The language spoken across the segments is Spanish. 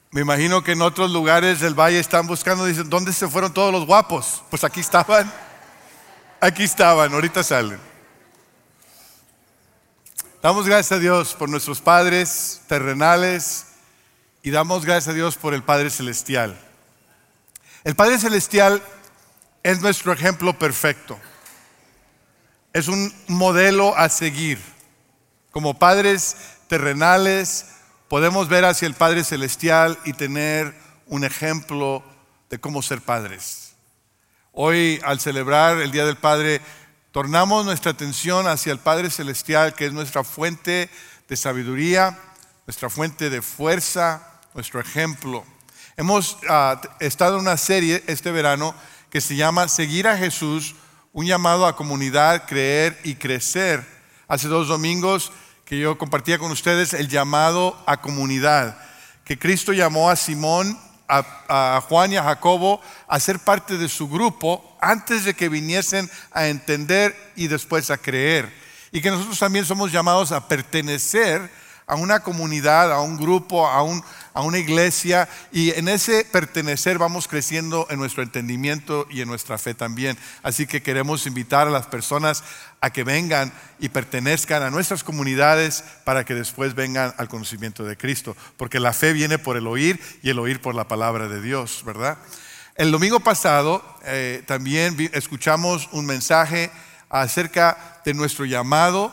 Me imagino que en otros lugares del valle están buscando, dicen, ¿dónde se fueron todos los guapos? Pues aquí estaban, ahorita salen. Damos gracias a Dios por nuestros padres terrenales y damos gracias a Dios por el Padre Celestial. El Padre Celestial es nuestro ejemplo perfecto. Es un modelo a seguir. Como padres terrenales podemos ver hacia el Padre Celestial y tener un ejemplo de cómo ser padres. Hoy, al celebrar el Día del Padre, tornamos nuestra atención hacia el Padre Celestial, que es nuestra fuente de sabiduría, nuestra fuente de fuerza, nuestro ejemplo. Hemos estado en una serie este verano que se llama Seguir a Jesús, un llamado a comunidad, creer y crecer. Hace 2 domingos que yo compartía con ustedes el llamado a comunidad, que Cristo llamó a Simón, a Juan y a Jacobo a ser parte de su grupo antes de que viniesen a entender y después a creer. Y que nosotros también somos llamados a pertenecer a una comunidad, a un grupo, a una iglesia, y en ese pertenecer vamos creciendo en nuestro entendimiento y en nuestra fe también. Así que queremos invitar a las personas a que vengan y pertenezcan a nuestras comunidades para que después vengan al conocimiento de Cristo, porque la fe viene por el oír y el oír por la palabra de Dios, ¿verdad? El domingo pasado también escuchamos un mensaje acerca de nuestro llamado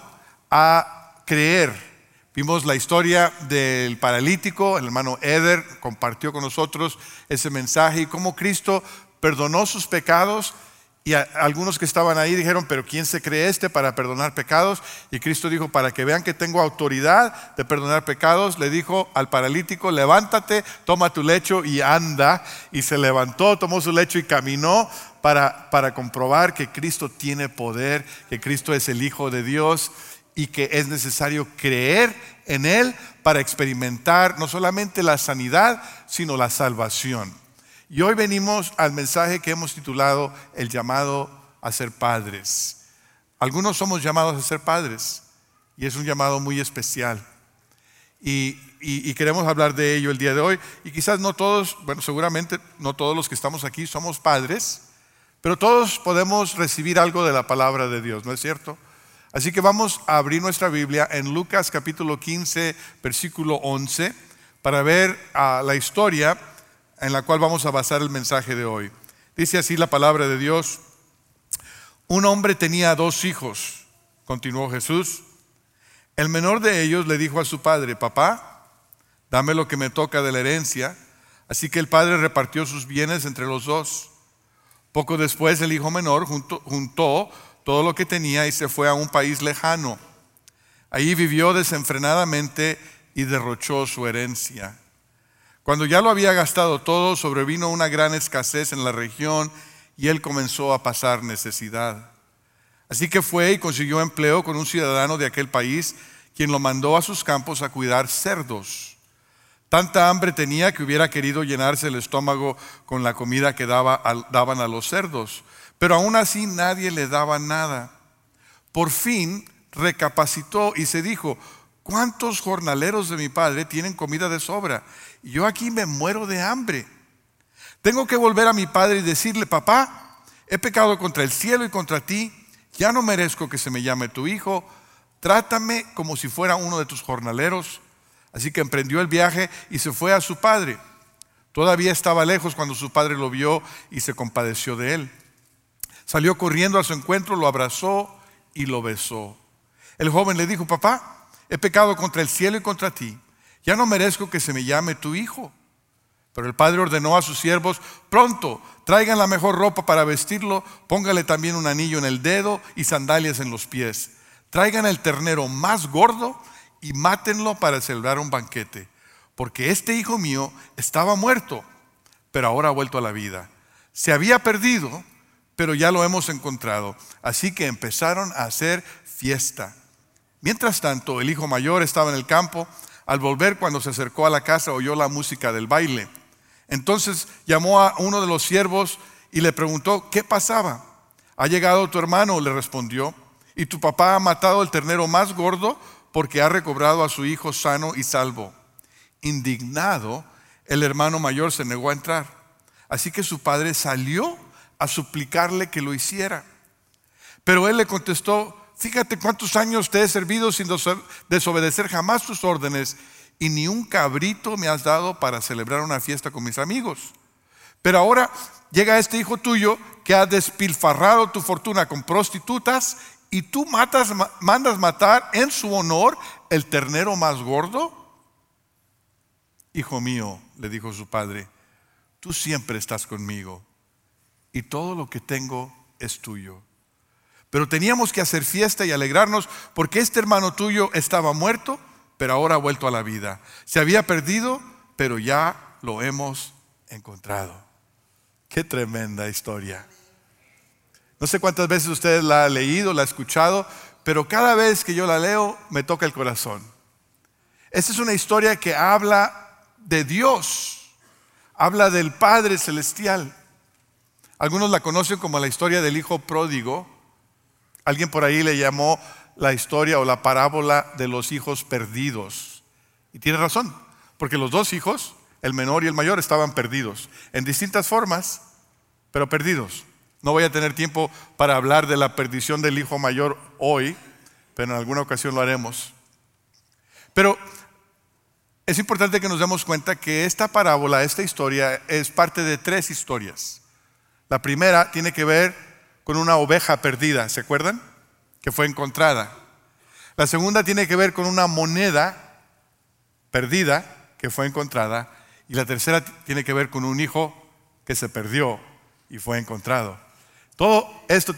a creer. Vimos la historia del paralítico, el hermano Eder compartió con nosotros ese mensaje y cómo Cristo perdonó sus pecados, y algunos que estaban ahí dijeron, pero ¿quién se cree para perdonar pecados? Y Cristo dijo, para que vean que tengo autoridad de perdonar pecados, le dijo al paralítico, levántate, toma tu lecho y anda. Y se levantó, tomó su lecho y caminó para comprobar que Cristo tiene poder, que Cristo es el Hijo de Dios, y que es necesario creer en Él para experimentar no solamente la sanidad, sino la salvación. Y hoy venimos al mensaje que hemos titulado El llamado a ser padres. Algunos somos llamados a ser padres y es un llamado muy especial. Y queremos hablar de ello el día de hoy. Y quizás no todos, bueno, seguramente no todos los que estamos aquí somos padres, pero todos podemos recibir algo de la palabra de Dios, ¿no es cierto? Así que vamos a abrir nuestra Biblia en Lucas capítulo 15, versículo 11, para ver la historia en la cual vamos a basar el mensaje de hoy. Dice así la palabra de Dios: un hombre tenía 2 hijos, continuó Jesús. El menor de ellos le dijo a su padre, papá, dame lo que me toca de la herencia. Así que el padre repartió sus bienes entre los 2. Poco después el hijo menor juntó todo lo que tenía y se fue a un país lejano. Allí vivió desenfrenadamente y derrochó su herencia. Cuando ya lo había gastado todo, sobrevino una gran escasez en la región y él comenzó a pasar necesidad. Así que fue y consiguió empleo con un ciudadano de aquel país, quien lo mandó a sus campos a cuidar cerdos. Tanta hambre tenía que hubiera querido llenarse el estómago con la comida que daban a los cerdos, pero aún así nadie le daba nada. Por fin recapacitó y se dijo, ¿cuántos jornaleros de mi padre tienen comida de sobra? Y yo aquí me muero de hambre. Tengo que volver a mi padre y decirle, papá, he pecado contra el cielo y contra ti, ya no merezco que se me llame tu hijo, trátame como si fuera uno de tus jornaleros. Así que emprendió el viaje y se fue a su padre. Todavía estaba lejos cuando su padre lo vio y se compadeció de él. Salió corriendo a su encuentro, lo abrazó y lo besó. El joven le dijo, papá, he pecado contra el cielo y contra ti, ya no merezco que se me llame tu hijo. Pero el padre ordenó a sus siervos, pronto, traigan la mejor ropa para vestirlo, póngale también un anillo en el dedo y sandalias en los pies. Traigan el ternero más gordo y mátenlo para celebrar un banquete, porque este hijo mío estaba muerto, pero ahora ha vuelto a la vida. Se había perdido, pero ya lo hemos encontrado. Así que empezaron a hacer fiesta. Mientras tanto, el hijo mayor estaba en el campo. Al volver, cuando se acercó a la casa, oyó la música del baile. Entonces llamó a uno de los siervos y le preguntó, ¿qué pasaba? ¿Ha llegado tu hermano?, le respondió, y tu papá ha matado el ternero más gordo porque ha recobrado a su hijo sano y salvo. Indignado, El hermano mayor se negó a entrar. Así que su padre salió a suplicarle que lo hiciera. Pero él le contestó: fíjate cuántos años te he servido sin desobedecer jamás tus órdenes, y ni un cabrito me has dado para celebrar una fiesta con mis amigos. Pero ahora llega este hijo tuyo que ha despilfarrado tu fortuna con prostitutas, y tú mandas matar en su honor el ternero más gordo. Hijo mío, le dijo su padre, tú siempre estás conmigo y todo lo que tengo es tuyo. Pero teníamos que hacer fiesta y alegrarnos porque este hermano tuyo estaba muerto, pero ahora ha vuelto a la vida. Se había perdido, pero ya lo hemos encontrado. Qué tremenda historia. No sé cuántas veces usted la ha leído, la ha escuchado, pero cada vez que yo la leo me toca el corazón. Esta es una historia que habla de Dios, habla del Padre Celestial. Algunos la conocen como la historia del hijo pródigo. Alguien por ahí le llamó la historia o la parábola de los hijos perdidos. Y tiene razón, porque los dos hijos, el menor y el mayor, estaban perdidos en distintas formas, pero perdidos. No voy a tener tiempo para hablar de la perdición del hijo mayor hoy, pero en alguna ocasión lo haremos. Pero es importante que nos demos cuenta que esta parábola, esta historia, es parte de tres historias. La primera tiene que ver con una oveja perdida, ¿se acuerdan? Que fue encontrada. La segunda tiene que ver con una moneda perdida que fue encontrada. Y la tercera tiene que ver con un hijo que se perdió y fue encontrado. Todo esto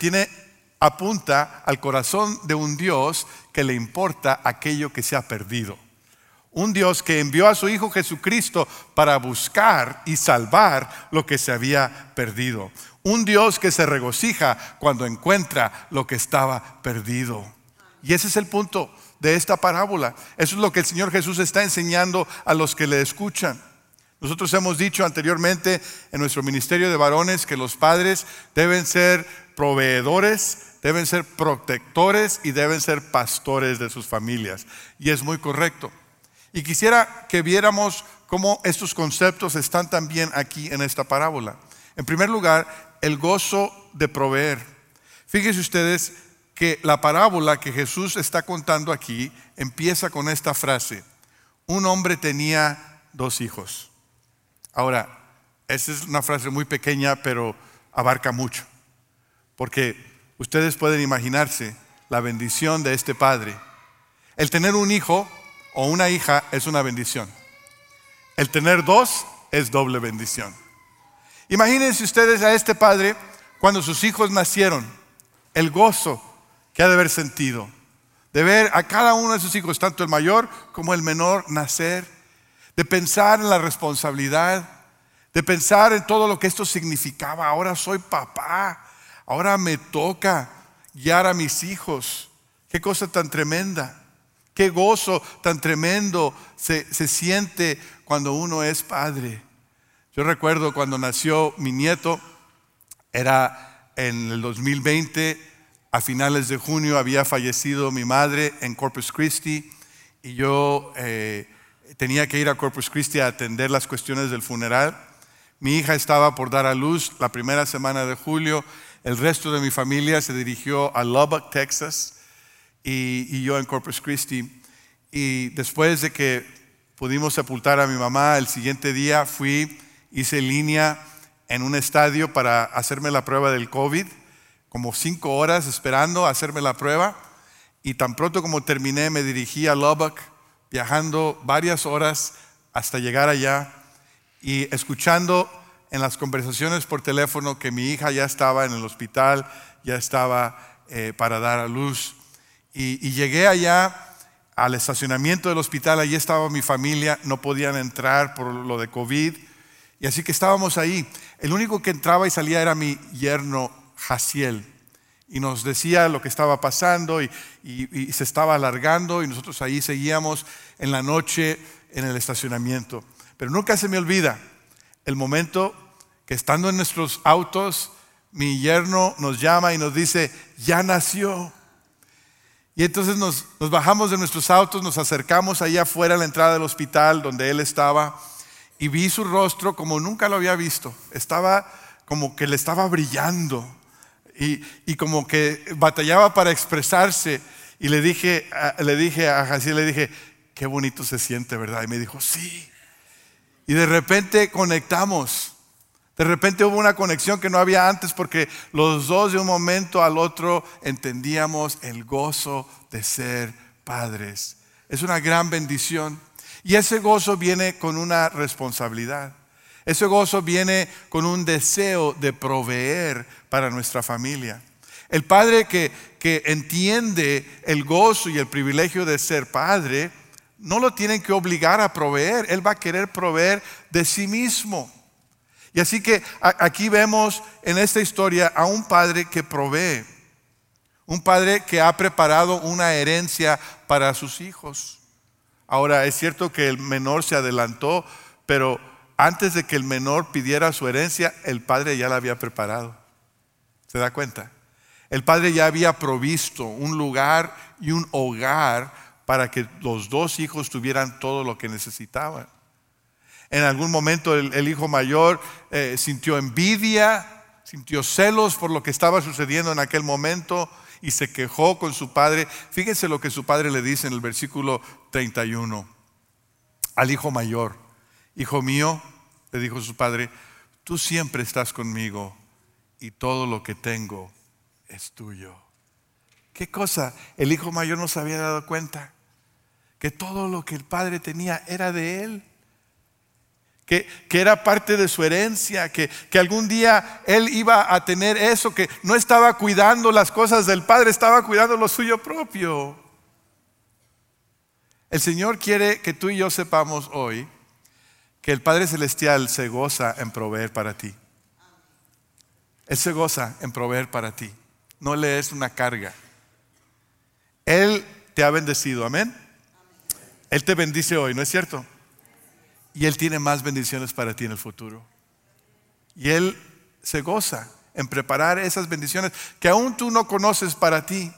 apunta al corazón de un Dios que le importa aquello que se ha perdido. Un Dios que envió a su Hijo Jesucristo para buscar y salvar lo que se había perdido. Un Dios que se regocija cuando encuentra lo que estaba perdido. Y ese es el punto de esta parábola. Eso es lo que el Señor Jesús está enseñando a los que le escuchan. Nosotros hemos dicho anteriormente en nuestro ministerio de varones que los padres deben ser proveedores, deben ser protectores y deben ser pastores de sus familias. Y es muy correcto. Y quisiera que viéramos cómo estos conceptos están también aquí en esta parábola. En primer lugar, el gozo de proveer. Fíjense ustedes que la parábola que Jesús está contando aquí empieza con esta frase: un hombre tenía 2 hijos. Ahora, esa es una frase muy pequeña, pero abarca mucho. Porque ustedes pueden imaginarse la bendición de este padre. El tener un hijo o una hija es una bendición. El tener 2 es doble bendición. Imagínense ustedes a este padre cuando sus hijos nacieron, el gozo que ha de haber sentido, de ver a cada uno de sus hijos, tanto el mayor como el menor, nacer, de pensar en la responsabilidad, de pensar en todo lo que esto significaba. Ahora soy papá, ahora me toca guiar a mis hijos. Qué cosa tan tremenda. Qué gozo tan tremendo se siente cuando uno es padre. Yo recuerdo cuando nació mi nieto, era en el 2020, a finales de junio había fallecido mi madre en Corpus Christi y yo tenía que ir a Corpus Christi a atender las cuestiones del funeral. Mi hija estaba por dar a luz la primera semana de julio. El resto de mi familia se dirigió a Lubbock, Texas, y yo en Corpus Christi. Y después de que pudimos sepultar a mi mamá, el siguiente día hice línea en un estadio para hacerme la prueba del COVID, como 5 horas esperando a hacerme la prueba, y tan pronto como terminé me dirigí a Lubbock, viajando varias horas hasta llegar allá y escuchando en las conversaciones por teléfono que mi hija ya estaba en el hospital, ya estaba para dar a luz. Y llegué allá al estacionamiento del hospital, allí estaba mi familia, no podían entrar por lo de COVID, y así que estábamos ahí. El único que entraba y salía era mi yerno Jaciel, y nos decía lo que estaba pasando y se estaba alargando, y nosotros ahí seguíamos en la noche en el estacionamiento. Pero nunca se me olvida el momento que, estando en nuestros autos, mi yerno nos llama y nos dice: ya nació. Y entonces nos bajamos de nuestros autos, nos acercamos allá afuera a la entrada del hospital donde él estaba, y vi su rostro como nunca lo había visto. Estaba como que le estaba brillando y como que batallaba para expresarse. Y le dije a Jaciel, qué bonito se siente, ¿verdad? Y me dijo, sí. Y de repente conectamos. De repente hubo una conexión que no había antes, porque los dos de un momento al otro entendíamos el gozo de ser padres. Es una gran bendición. Y ese gozo viene con una responsabilidad. Ese gozo viene con un deseo de proveer para nuestra familia. El padre que entiende el gozo y el privilegio de ser padre, no lo tienen que obligar a proveer. Él va a querer proveer de sí mismo. Y así que aquí vemos en esta historia a un padre que provee. Un padre que ha preparado una herencia para sus hijos. Ahora, es cierto que el menor se adelantó, pero antes de que el menor pidiera su herencia, el padre ya la había preparado. ¿Se da cuenta? El padre ya había provisto un lugar y un hogar para que los dos hijos tuvieran todo lo que necesitaban. En algún momento el hijo mayor sintió envidia, sintió celos por lo que estaba sucediendo en aquel momento y se quejó con su padre. Fíjense lo que su padre le dice en el versículo 31 al hijo mayor. Hijo mío, le dijo su padre, tú siempre estás conmigo y todo lo que tengo es tuyo. ¿Qué cosa? El hijo mayor no se había dado cuenta que todo lo que el padre tenía era de él. Que era parte de su herencia, que algún día él iba a tener eso, que no estaba cuidando las cosas del Padre, estaba cuidando lo suyo propio. El Señor quiere que tú y yo sepamos hoy que el Padre Celestial se goza en proveer para ti. Él se goza en proveer para ti. No le es una carga. Él te ha bendecido, amén. Él te bendice hoy, ¿no es cierto? Y Él tiene más bendiciones para ti en el futuro. Y Él se goza en preparar esas bendiciones que aún tú no conoces para ti.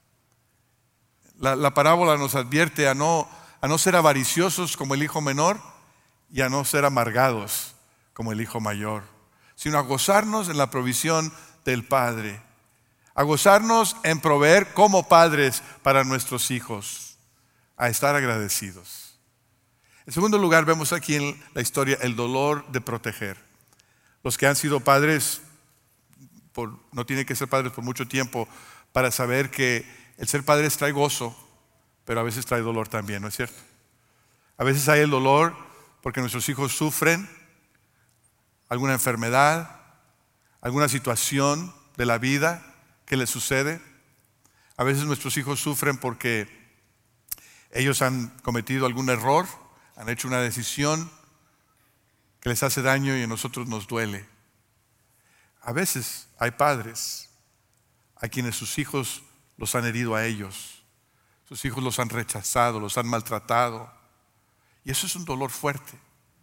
La parábola nos advierte a no ser avariciosos como el hijo menor y a no ser amargados como el hijo mayor, sino a gozarnos en la provisión del Padre, a gozarnos en proveer como padres para nuestros hijos, a estar agradecidos. En segundo lugar, vemos aquí en la historia el dolor de proteger. Los que han sido padres, no tienen que ser padres por mucho tiempo para saber que el ser padres trae gozo, pero a veces trae dolor también, ¿no es cierto? A veces hay el dolor porque nuestros hijos sufren alguna enfermedad, alguna situación de la vida que les sucede. A veces nuestros hijos sufren porque ellos han cometido algún error, han hecho una decisión que les hace daño y a nosotros nos duele. A veces hay padres a quienes sus hijos los han herido a ellos. Sus hijos los han rechazado, los han maltratado. Y eso es un dolor fuerte.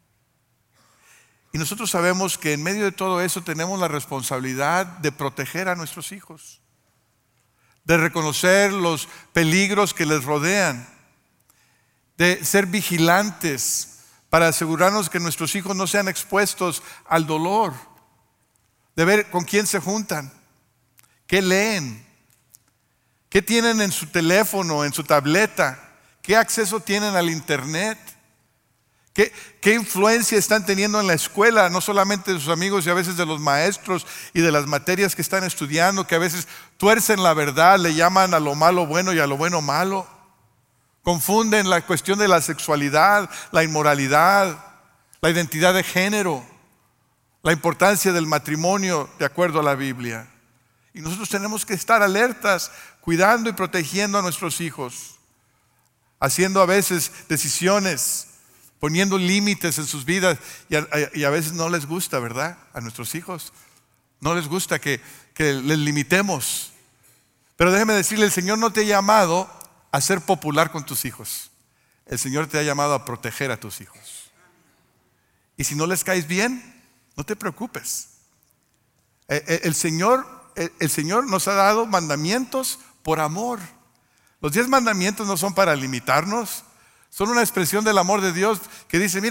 Y nosotros sabemos que en medio de todo eso tenemos la responsabilidad de proteger a nuestros hijos, de reconocer los peligros que les rodean, de ser vigilantes para asegurarnos que nuestros hijos no sean expuestos al dolor, de ver con quién se juntan, qué leen, qué tienen en su teléfono, en su tableta, qué acceso tienen al internet, qué influencia están teniendo en la escuela, no solamente de sus amigos y a veces de los maestros y de las materias que están estudiando, que a veces tuercen la verdad, le llaman a lo malo bueno y a lo bueno malo. Confunden la cuestión de la sexualidad, la inmoralidad, la identidad de género, la importancia del matrimonio de acuerdo a la Biblia. Y nosotros tenemos que estar alertas, cuidando y protegiendo a nuestros hijos, haciendo a veces decisiones, poniendo límites en sus vidas y a veces no les gusta, ¿verdad? A nuestros hijos no les gusta que les limitemos. Pero déjeme decirle, el Señor no te ha llamado a ser popular con tus hijos. El Señor te ha llamado a proteger a tus hijos. Y si no les caes bien, no te preocupes. El Señor nos ha dado mandamientos por amor. Los 10 mandamientos no son para limitarnos, son una expresión del amor de Dios que dice, mira,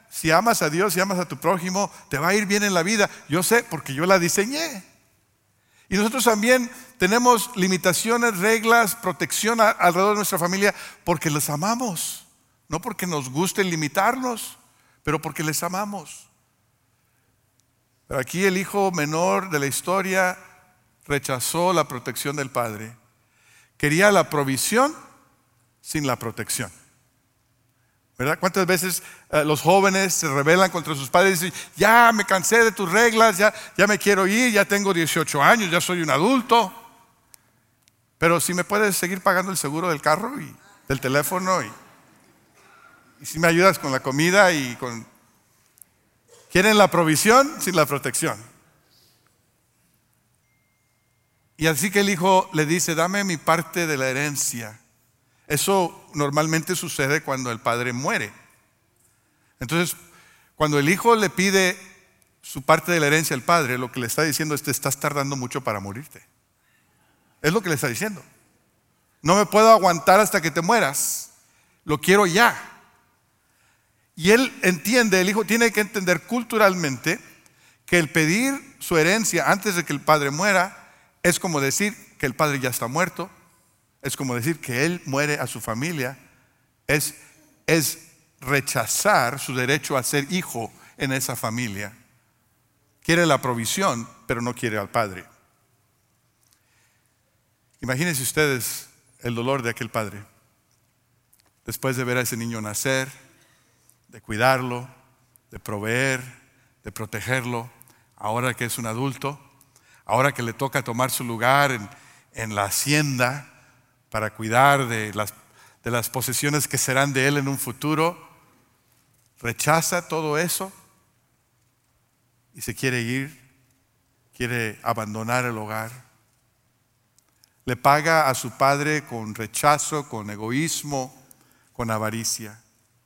si amas a Dios, si amas a tu prójimo, te va a ir bien en la vida. Yo sé porque yo la diseñé. Y nosotros también tenemos limitaciones, reglas, protección alrededor de nuestra familia porque les amamos. No porque nos guste limitarlos, pero porque les amamos. Pero aquí el hijo menor de la historia rechazó la protección del padre. Quería la provisión sin la protección. ¿Verdad? ¿Cuántas veces los jóvenes se rebelan contra sus padres y dicen, ya me cansé de tus reglas, ya me quiero ir, ya tengo 18 años, ya soy un adulto? Pero si me puedes seguir pagando el seguro del carro y del teléfono y si me ayudas con la comida Quieren la provisión sin la protección. Y así que el hijo le dice, dame mi parte de la herencia. Eso normalmente sucede cuando el padre muere. Entonces, cuando el hijo le pide su parte de la herencia al padre, lo que le está diciendo es, te estás tardando mucho para morirte. Es lo que le está diciendo. No me puedo aguantar hasta que te mueras. Lo quiero ya. Y él entiende, el hijo tiene que entender culturalmente que el pedir su herencia antes de que el padre muera es como decir que el padre ya está muerto. Es como decir que él muere a su familia. Es rechazar su derecho a ser hijo en esa familia. Quiere la provisión, pero no quiere al padre. Imagínense ustedes el dolor de aquel padre. Después de ver a ese niño nacer, de cuidarlo, de proveer, de protegerlo, ahora que es un adulto, ahora que le toca tomar su lugar en la hacienda, para cuidar de las posesiones que serán de él en un futuro, rechaza todo eso y se quiere ir, quiere abandonar el hogar. Le paga a su padre con rechazo, con egoísmo, con avaricia.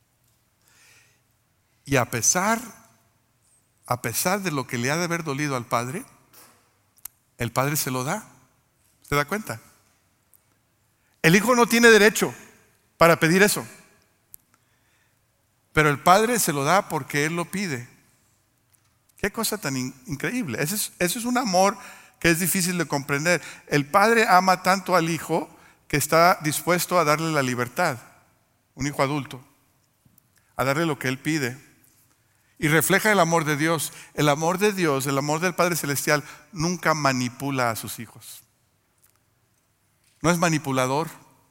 Y a pesar de lo que le ha de haber dolido al padre, el padre se lo da. ¿Se da cuenta? El hijo no tiene derecho para pedir eso, pero el padre se lo da porque él lo pide. Qué cosa tan increíble. Ese es un amor que es difícil de comprender. El padre ama tanto al hijo que está dispuesto a darle la libertad, un hijo adulto, a darle lo que él pide. Y refleja el amor de Dios. El amor de Dios, el amor del Padre Celestial nunca manipula a sus hijos. No es manipulador,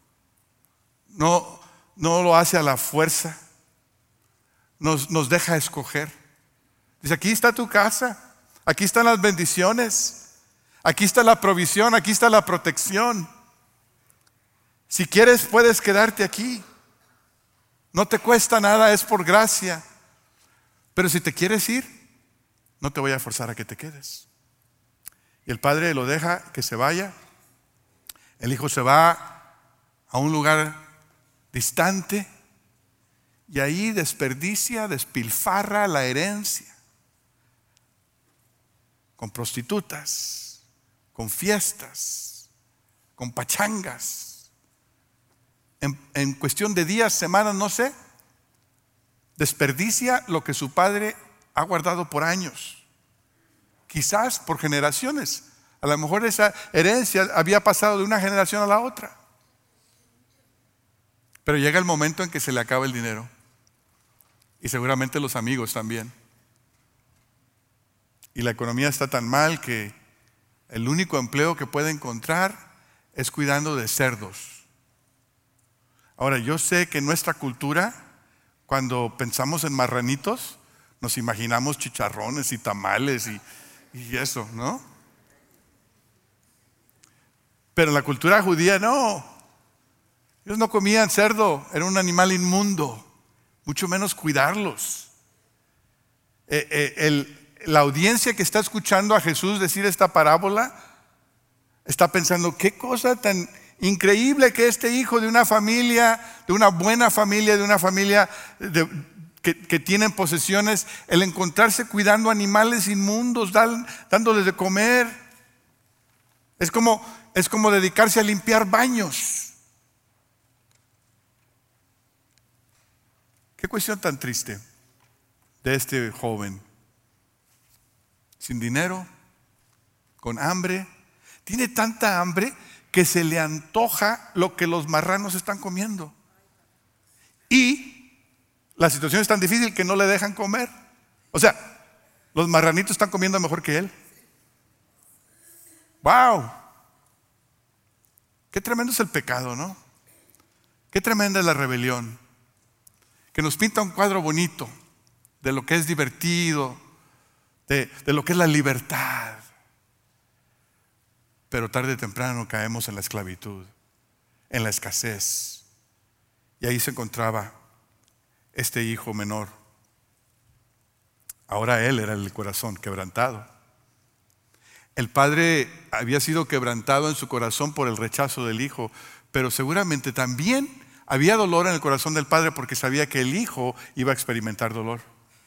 no lo hace a la fuerza, nos deja escoger. Dice, aquí está tu casa, aquí están las bendiciones, aquí está la provisión, aquí está la protección. Si quieres puedes quedarte aquí, no te cuesta nada, es por gracia. Pero si te quieres ir, no te voy a forzar a que te quedes. Y el padre lo deja que se vaya. El hijo se va a un lugar distante y ahí desperdicia, despilfarra la herencia con prostitutas, con fiestas, con pachangas. En cuestión de días, semanas, no sé, desperdicia lo que su padre ha guardado por años, quizás por generaciones. A lo mejor esa herencia había pasado de una generación a la otra. Pero llega el momento en que se le acaba el dinero. Y seguramente los amigos también. Y la economía está tan mal que el único empleo que puede encontrar es cuidando de cerdos. Ahora, yo sé que en nuestra cultura, cuando pensamos en marranitos, nos imaginamos chicharrones y tamales y eso, ¿no? Pero en la cultura judía no. Ellos no comían cerdo, era un animal inmundo, mucho menos cuidarlos. La audiencia que está escuchando a Jesús decir esta parábola está pensando, qué cosa tan increíble que este hijo de una familia, de una buena familia, de una familia que tienen posesiones, el encontrarse cuidando animales inmundos, dándoles de comer. Es como dedicarse a limpiar baños. Qué cuestión tan triste. de este joven. Sin dinero, con hambre. Tiene tanta hambre que se le antoja lo que los marranos están comiendo. Y la situación es tan difícil que no le dejan comer. O sea, los marranitos están comiendo mejor que él. ¡Wow! Qué tremendo es el pecado, ¿no? Qué tremenda es la rebelión. Que nos pinta un cuadro bonito de lo que es divertido, de lo que es la libertad. Pero tarde o temprano caemos en la esclavitud, en la escasez. Y ahí se encontraba este hijo menor. Ahora él era el corazón quebrantado. El padre había sido quebrantado en su corazón por el rechazo del hijo, pero seguramente también había dolor en el corazón del padre porque sabía que el hijo iba a experimentar dolor.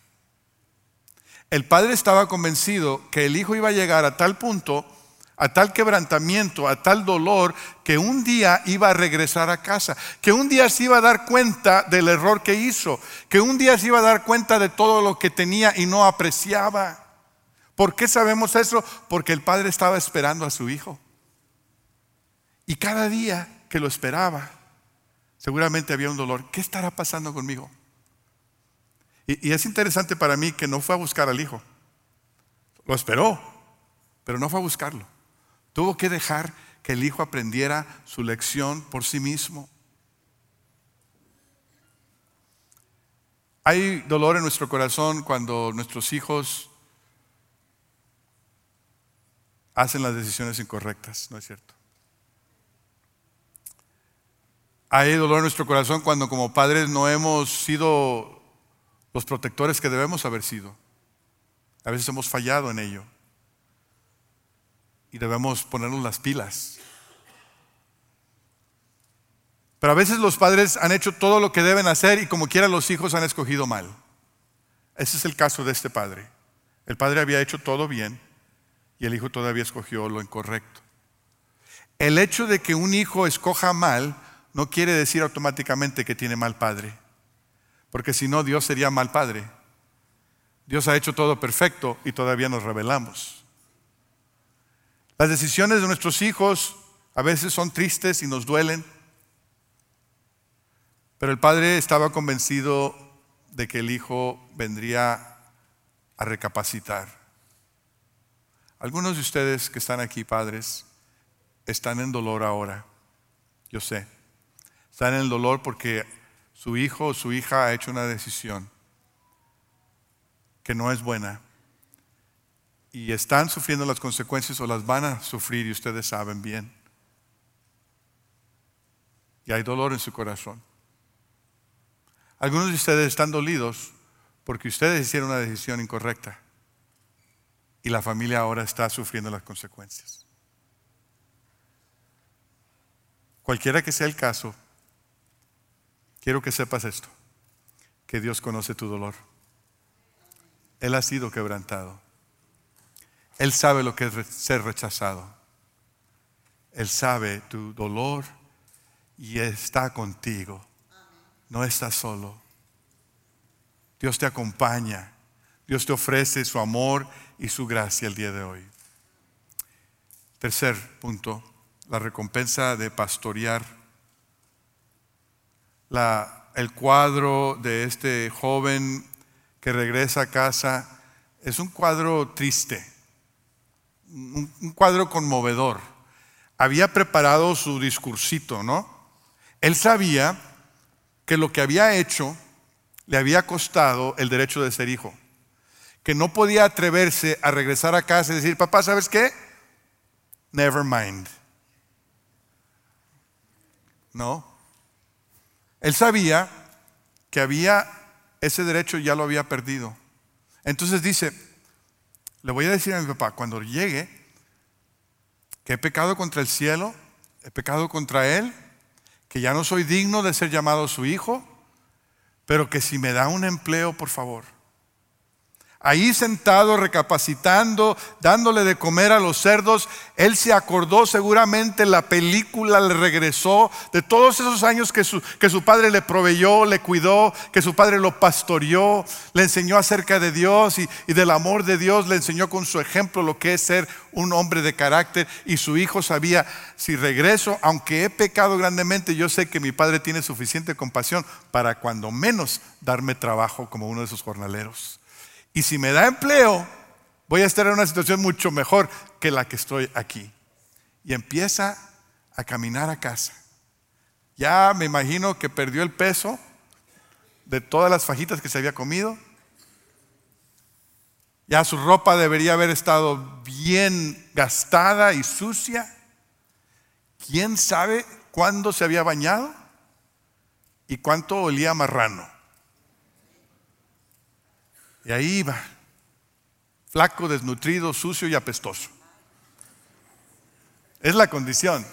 El padre estaba convencido que el hijo iba a llegar a tal punto, a tal quebrantamiento, a tal dolor, que un día iba a regresar a casa, que un día se iba a dar cuenta del error que hizo, que un día se iba a dar cuenta de todo lo que tenía y no apreciaba. ¿Por qué sabemos eso? Porque el padre estaba esperando a su hijo. Y cada día que lo esperaba, seguramente había un dolor. ¿Qué estará pasando conmigo? Y es interesante para mí que no fue a buscar al hijo. Lo esperó, pero no fue a buscarlo. Tuvo que dejar que el hijo aprendiera su lección por sí mismo. Hay dolor en nuestro corazón cuando nuestros hijos hacen las decisiones incorrectas, ¿no es cierto? Hay dolor en nuestro corazón cuando como padres no hemos sido los protectores que debemos haber sido. A veces hemos fallado en ello. Y debemos ponernos las pilas. Pero a veces los padres han hecho todo lo que deben hacer y como quiera los hijos han escogido mal. Ese es el caso de este padre. El padre había hecho todo bien y el hijo todavía escogió lo incorrecto. El hecho de que un hijo escoja mal no quiere decir automáticamente que tiene mal padre. Porque si no, Dios sería mal padre. Dios ha hecho todo perfecto y todavía nos rebelamos. Las decisiones de nuestros hijos a veces son tristes y nos duelen. Pero el padre estaba convencido de que el hijo vendría a recapacitar. Algunos de ustedes que están aquí, padres, están en dolor ahora. Yo sé. Están en el dolor porque su hijo o su hija ha hecho una decisión que no es buena. Y están sufriendo las consecuencias o las van a sufrir y ustedes saben bien. Y hay dolor en su corazón. Algunos de ustedes están dolidos porque ustedes hicieron una decisión incorrecta. Y la familia ahora está sufriendo las consecuencias. Cualquiera que sea el caso, quiero que sepas esto, que Dios conoce tu dolor. Él ha sido quebrantado. Él sabe lo que es ser rechazado. Él sabe tu dolor y está contigo. No estás solo. Dios te acompaña. Dios te ofrece su amor y su gracia el día de hoy. Tercer punto, la recompensa de pastorear. El cuadro de este joven que regresa a casa es un cuadro triste, un cuadro conmovedor. Había preparado su discursito, ¿no? Él sabía que lo que había hecho le había costado el derecho de ser hijo, que no podía atreverse a regresar a casa y decir, papá, ¿sabes qué? Never mind. No. Él sabía que ese derecho ya lo había perdido. Entonces dice, le voy a decir a mi papá, cuando llegue, que he pecado contra el cielo, he pecado contra él, que ya no soy digno de ser llamado su hijo, pero que si me da un empleo, por favor. Ahí sentado, recapacitando, dándole de comer a los cerdos, él se acordó, seguramente la película le regresó de todos esos años que su padre le proveyó, le cuidó, que su padre lo pastoreó, le enseñó acerca de Dios y del amor de Dios, le enseñó con su ejemplo lo que es ser un hombre de carácter. Y su hijo sabía, si regreso, aunque he pecado grandemente, yo sé que mi padre tiene suficiente compasión para cuando menos darme trabajo como uno de esos jornaleros. Y si me da empleo, voy a estar en una situación mucho mejor que la que estoy aquí. Y empieza a caminar a casa. Ya me imagino que perdió el peso de todas las fajitas que se había comido. Ya su ropa debería haber estado bien gastada y sucia. ¿Quién sabe cuándo se había bañado y cuánto olía a marrano? Y ahí iba, flaco, desnutrido, sucio y apestoso. Es la condición.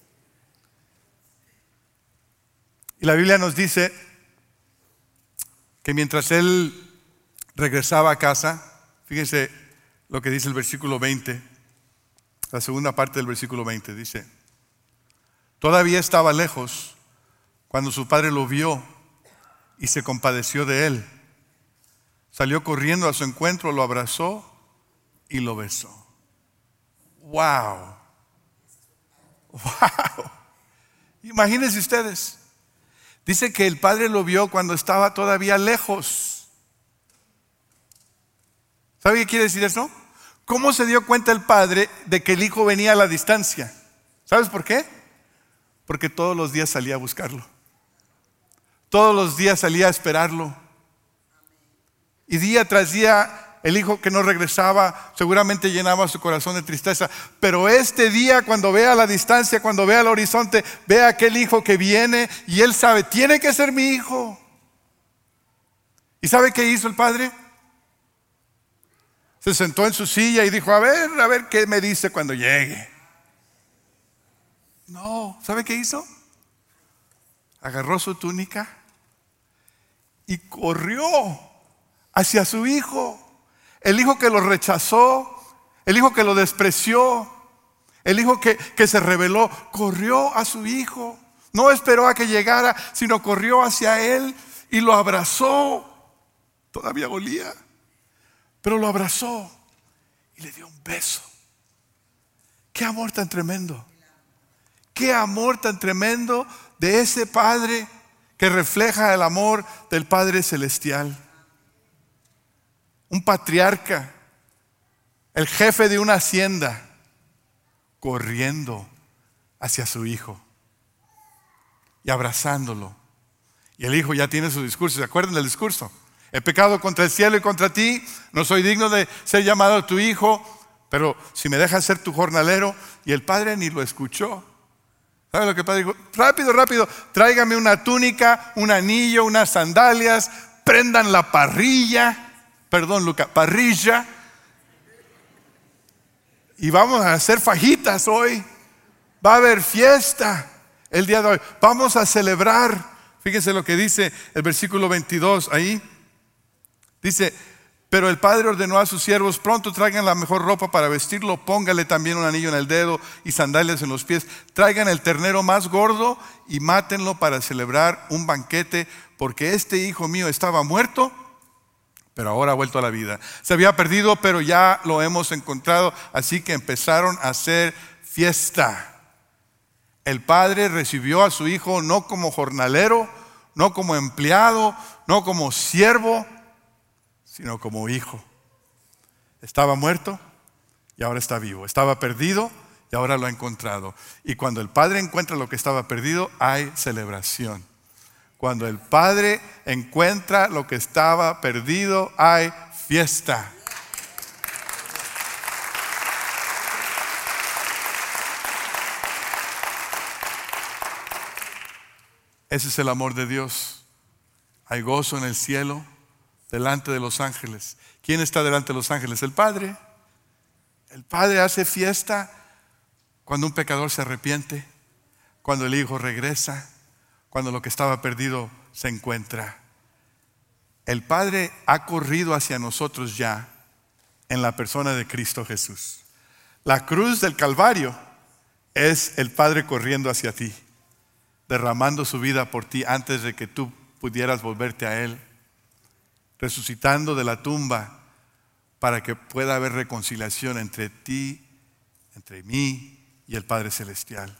Y la Biblia nos dice que mientras él regresaba a casa, fíjense lo que dice el versículo 20, la segunda parte del versículo 20, dice: todavía estaba lejos cuando su padre lo vio y se compadeció de él. Salió corriendo a su encuentro, lo abrazó y lo besó. ¡Wow! ¡Wow! Imagínense ustedes. Dice que el padre lo vio cuando estaba todavía lejos. ¿Sabe qué quiere decir eso? ¿Cómo se dio cuenta el padre de que el hijo venía a la distancia? ¿Sabes por qué? Porque todos los días salía a buscarlo. Todos los días salía a esperarlo. Y día tras día el hijo que no regresaba seguramente llenaba su corazón de tristeza. Pero este día, cuando ve a la distancia, cuando ve al horizonte, ve a aquel hijo que viene y él sabe, tiene que ser mi hijo. ¿Y sabe qué hizo el padre? Se sentó en su silla y dijo, a ver qué me dice cuando llegue. No, ¿sabe qué hizo? Agarró su túnica y corrió hacia su hijo. El hijo que lo rechazó, el hijo que lo despreció, el hijo que se rebeló, corrió a su hijo. No esperó a que llegara, sino corrió hacia él y lo abrazó. Todavía olía, pero lo abrazó y le dio un beso. Qué amor tan tremendo. Qué amor tan tremendo de ese padre que refleja el amor del Padre Celestial. Un patriarca, el jefe de una hacienda, corriendo hacia su hijo y abrazándolo. Y el hijo ya tiene su discurso. ¿Se acuerdan del discurso? He pecado contra el cielo y contra ti, no soy digno de ser llamado tu hijo, pero si me dejas ser tu jornalero. Y el padre ni lo escuchó. ¿Sabe lo que el padre dijo? Rápido, tráigame una túnica, un anillo, unas sandalias, prendan la parrilla. Perdón, Luca, parrilla. Y vamos a hacer fajitas hoy. Va a haber fiesta el día de hoy. Vamos a celebrar. Fíjense lo que dice el versículo 22 ahí. Dice, pero el padre ordenó a sus siervos, pronto traigan la mejor ropa para vestirlo, póngale también un anillo en el dedo y sandalias en los pies. Traigan el ternero más gordo y mátenlo para celebrar un banquete, porque este hijo mío estaba muerto, pero ahora ha vuelto a la vida. Se había perdido, pero ya lo hemos encontrado. Así que empezaron a hacer fiesta. El padre recibió a su hijo no como jornalero, no como empleado, no como siervo, sino como hijo. Estaba muerto y ahora está vivo. Estaba perdido y ahora lo ha encontrado. Y cuando el padre encuentra lo que estaba perdido, hay celebración. Cuando el padre encuentra lo que estaba perdido, hay fiesta. Ese es el amor de Dios. Hay gozo en el cielo delante de los ángeles. ¿Quién está delante de los ángeles? El Padre. El Padre hace fiesta cuando un pecador se arrepiente, cuando el Hijo regresa, cuando lo que estaba perdido se encuentra. el Padre ha corrido hacia nosotros ya en la persona de Cristo Jesús. La cruz del Calvario es el Padre corriendo hacia ti, derramando su vida por ti antes de que tú pudieras volverte a Él, resucitando de la tumba para que pueda haber reconciliación entre ti, entre mí y el Padre Celestial.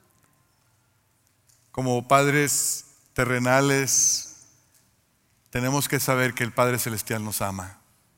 Como padres terrenales, tenemos que saber que el Padre Celestial nos ama.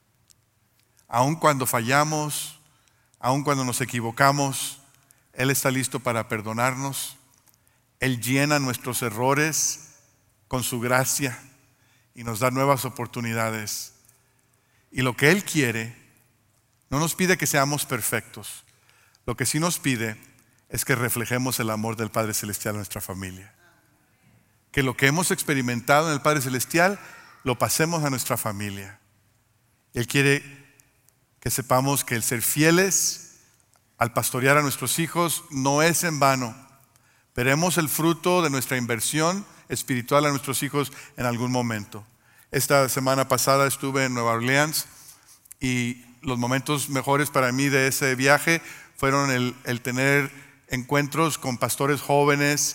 Aun cuando fallamos, aun cuando nos equivocamos, Él está listo para perdonarnos. Él llena nuestros errores con su gracia y nos da nuevas oportunidades. Y lo que Él quiere, no nos pide que seamos perfectos. Lo que sí nos pide es que reflejemos el amor del Padre Celestial a nuestra familia. Que lo que hemos experimentado en el Padre Celestial lo pasemos a nuestra familia. Él quiere que sepamos que el ser fieles al pastorear a nuestros hijos no es en vano. Veremos el fruto de nuestra inversión espiritual a nuestros hijos en algún momento. Esta semana pasada estuve en Nueva Orleans y los momentos mejores para mí de ese viaje fueron el tener encuentros con pastores jóvenes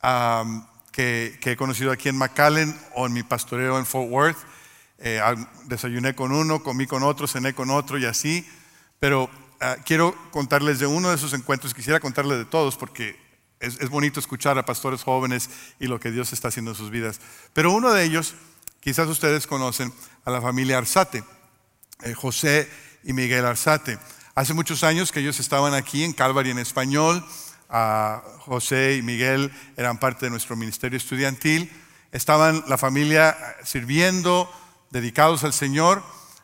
que he conocido aquí en McAllen o en mi pastoreo en Fort Worth. Desayuné con uno, comí con otro, cené con otro y así. Pero quiero contarles de uno de esos encuentros. Quisiera contarles de todos porque es bonito escuchar a pastores jóvenes y lo que Dios está haciendo en sus vidas. Pero uno de ellos, quizás ustedes conocen a la familia Arzate, José y Miguel Arzate. Hace muchos años que ellos estaban aquí en Calvary en español. José y Miguel eran parte de nuestro ministerio estudiantil. Estaban la familia sirviendo, dedicados al Señor,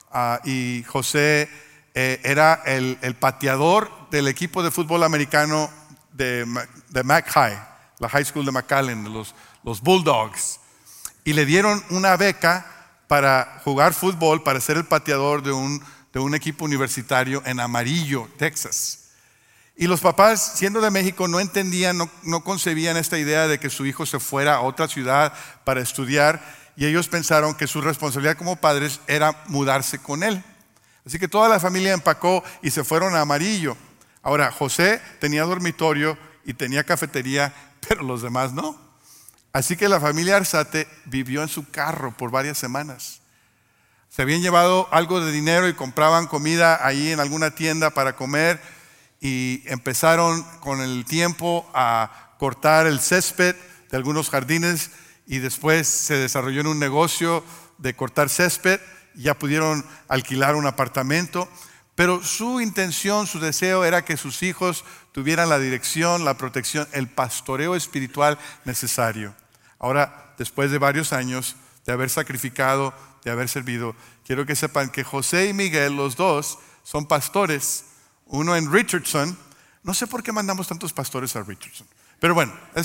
y José era el pateador del equipo de fútbol americano de Mac High, la high school de McAllen, los Bulldogs. Y le dieron una beca para jugar fútbol, para ser el pateador de un equipo universitario en Amarillo, Texas. Y los papás, siendo de México, no entendían, no concebían esta idea de que su hijo se fuera a otra ciudad para estudiar, y ellos pensaron que su responsabilidad como padres era mudarse con él. Así que toda la familia empacó y se fueron a Amarillo. Ahora, José tenía dormitorio y tenía cafetería, pero los demás no. Así que la familia Arzate vivió en su carro por varias semanas. Se habían llevado algo de dinero y compraban comida ahí en alguna tienda para comer, y empezaron con el tiempo a cortar el césped de algunos jardines, y después se desarrolló en un negocio de cortar césped. Ya pudieron alquilar un apartamento, pero su intención, su deseo era que sus hijos tuvieran la dirección, la protección, el pastoreo espiritual necesario. Ahora, después de varios años de haber sacrificado, de haber servido, quiero que sepan que José y Miguel, los dos, son pastores. Uno en Richardson. No sé por qué mandamos tantos pastores a Richardson, pero bueno, es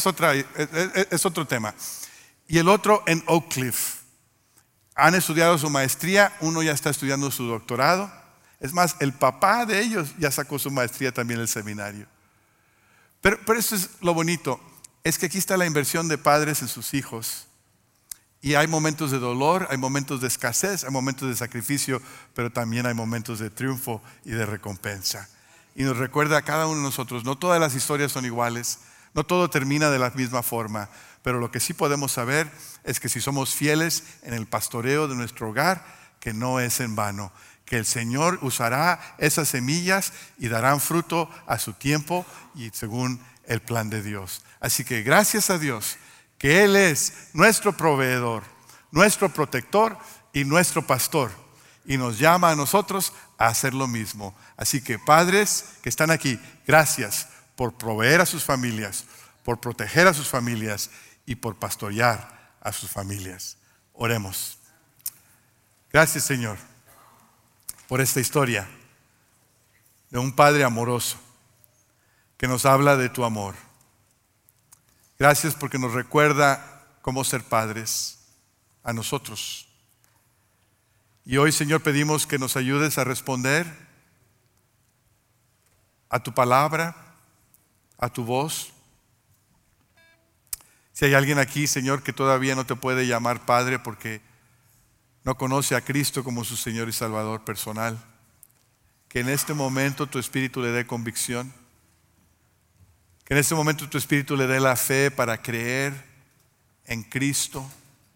otro tema. Y el otro en Oak Cliff. Han estudiado su maestría, uno ya está estudiando su doctorado. Es más, el papá de ellos ya sacó su maestría también en el seminario. Pero eso es lo bonito, es que aquí está la inversión de padres en sus hijos. Y hay momentos de dolor, hay momentos de escasez, hay momentos de sacrificio, pero también hay momentos de triunfo y de recompensa. Y nos recuerda a cada uno de nosotros, no todas las historias son iguales, no todo termina de la misma forma, pero lo que sí podemos saber es que si somos fieles en el pastoreo de nuestro hogar, que no es en vano, que el Señor usará esas semillas y darán fruto a su tiempo y según el plan de Dios. Así que gracias a Dios que Él es nuestro proveedor, nuestro protector y nuestro pastor, y nos llama a nosotros a hacer lo mismo. Así que padres que están aquí, gracias por proveer a sus familias, por proteger a sus familias y por pastorear a sus familias. Oremos. Gracias, Señor, por esta historia de un Padre amoroso que nos habla de tu amor. Gracias porque nos recuerda cómo ser padres a nosotros. Y hoy, Señor, pedimos que nos ayudes a responder a tu palabra, a tu voz. Si hay alguien aquí, Señor, que todavía no te puede llamar Padre porque no conoce a Cristo como su Señor y Salvador personal, que en este momento tu Espíritu le dé convicción, que en este momento tu Espíritu le dé la fe para creer en Cristo,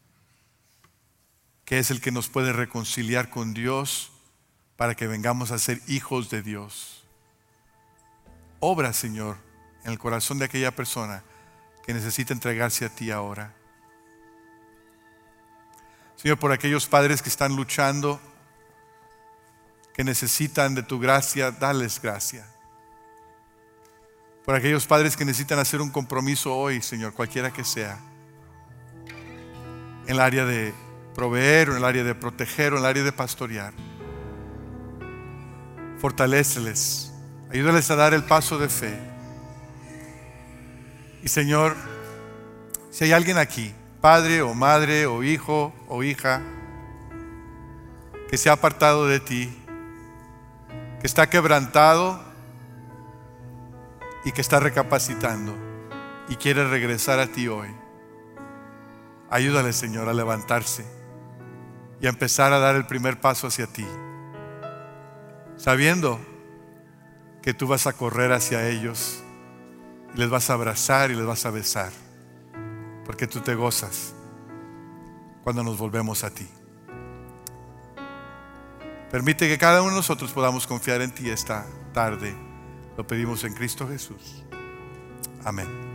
que es el que nos puede reconciliar con Dios para que vengamos a ser hijos de Dios. Obra, Señor, en el corazón de aquella persona que necesita entregarse a ti ahora. Señor, por aquellos padres que están luchando, que necesitan de tu gracia, dales gracia. Por aquellos padres que necesitan hacer un compromiso hoy, Señor, cualquiera que sea, en el área de proveer, o en el área de proteger, o en el área de pastorear. Fortaléceles, ayúdales a dar el paso de fe. Y Señor, si hay alguien aquí, padre o madre o hijo o hija, que se ha apartado de ti, que está quebrantado y que está recapacitando y quiere regresar a ti hoy, ayúdale, Señor, a levantarse y a empezar a dar el primer paso hacia ti, sabiendo que tú vas a correr hacia ellos y les vas a abrazar y les vas a besar, porque tú te gozas cuando nos volvemos a ti. Permite que cada uno de nosotros podamos confiar en ti esta tarde. Lo pedimos en Cristo Jesús. Amén.